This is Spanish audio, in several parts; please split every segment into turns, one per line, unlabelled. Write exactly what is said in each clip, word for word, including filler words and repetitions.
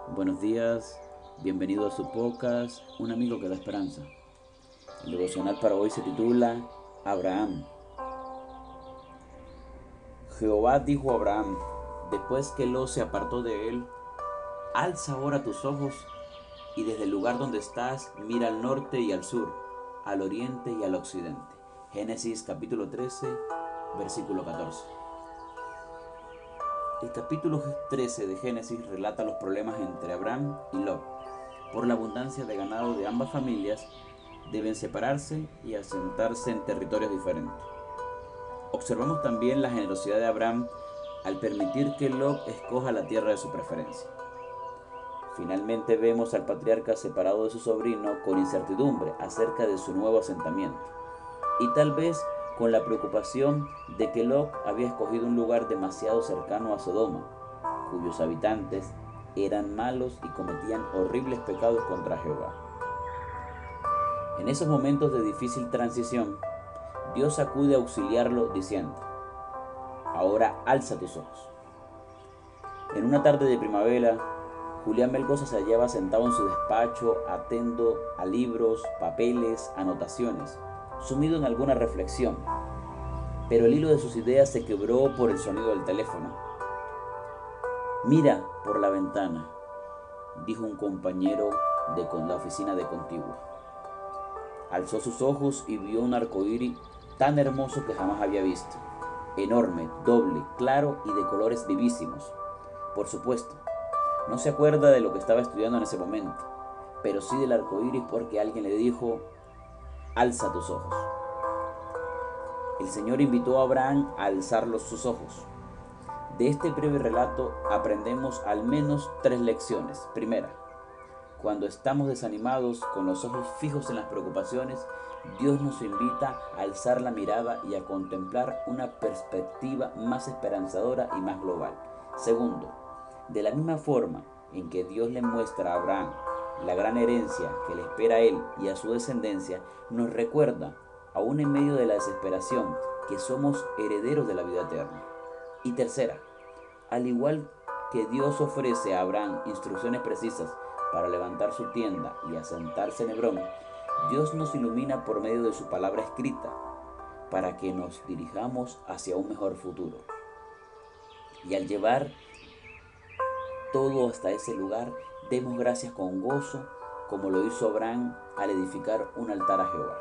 Buenos días, bienvenido a su podcast, Un amigo que da esperanza. El devocional para hoy se titula Abraham. Jehová dijo a Abraham, después que Lot se apartó de él, alza ahora tus ojos y desde el lugar donde estás mira al norte y al sur, al oriente y al occidente. Génesis capítulo trece, versículo catorce. El capítulo trece de Génesis relata los problemas entre Abraham y Lot. Por la abundancia de ganado de ambas familias, deben separarse y asentarse en territorios diferentes. Observamos también la generosidad de Abraham al permitir que Lot escoja la tierra de su preferencia. Finalmente vemos al patriarca separado de su sobrino con incertidumbre acerca de su nuevo asentamiento y tal vez con la preocupación de que Lot había escogido un lugar demasiado cercano a Sodoma, cuyos habitantes eran malos y cometían horribles pecados contra Jehová. En esos momentos de difícil transición, Dios acude a auxiliarlo diciendo, ahora alza tus ojos. En una tarde de primavera, Julián Melgoza se hallaba sentado en su despacho, atento a libros, papeles, anotaciones, sumido en alguna reflexión. Pero el hilo de sus ideas se quebró por el sonido del teléfono. Mira por la ventana, dijo un compañero de con la oficina de contiguo. Alzó sus ojos y vio un arcoíris tan hermoso que jamás había visto. Enorme, doble, claro y de colores vivísimos. Por supuesto, no se acuerda de lo que estaba estudiando en ese momento, pero sí del arcoíris porque alguien le dijo, alza tus ojos. El Señor invitó a Abraham a alzar sus ojos. De este breve relato aprendemos al menos tres lecciones. Primera, cuando estamos desanimados, con los ojos fijos en las preocupaciones, Dios nos invita a alzar la mirada y a contemplar una perspectiva más esperanzadora y más global. Segundo, de la misma forma en que Dios le muestra a Abraham la gran herencia que le espera a él y a su descendencia, nos recuerda, aún en medio de la desesperación, que somos herederos de la vida eterna. Y tercera, al igual que Dios ofrece a Abraham instrucciones precisas para levantar su tienda y asentarse en Hebrón, Dios nos ilumina por medio de su palabra escrita para que nos dirijamos hacia un mejor futuro. Y al llevar todo hasta ese lugar, demos gracias con gozo, como lo hizo Abraham al edificar un altar a Jehová.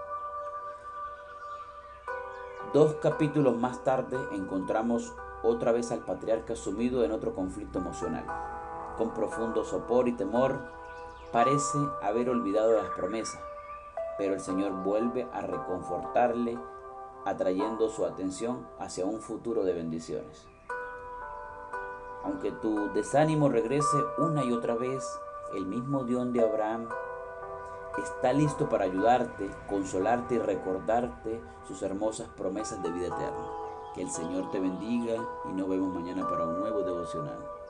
Dos capítulos más tarde encontramos otra vez al patriarca sumido en otro conflicto emocional. Con profundo sopor y temor, parece haber olvidado las promesas, pero el Señor vuelve a reconfortarle, atrayendo su atención hacia un futuro de bendiciones. Aunque tu desánimo regrese una y otra vez, el mismo Dios de Abraham está listo para ayudarte, consolarte y recordarte sus hermosas promesas de vida eterna. Que el Señor te bendiga y nos vemos mañana para un nuevo devocional.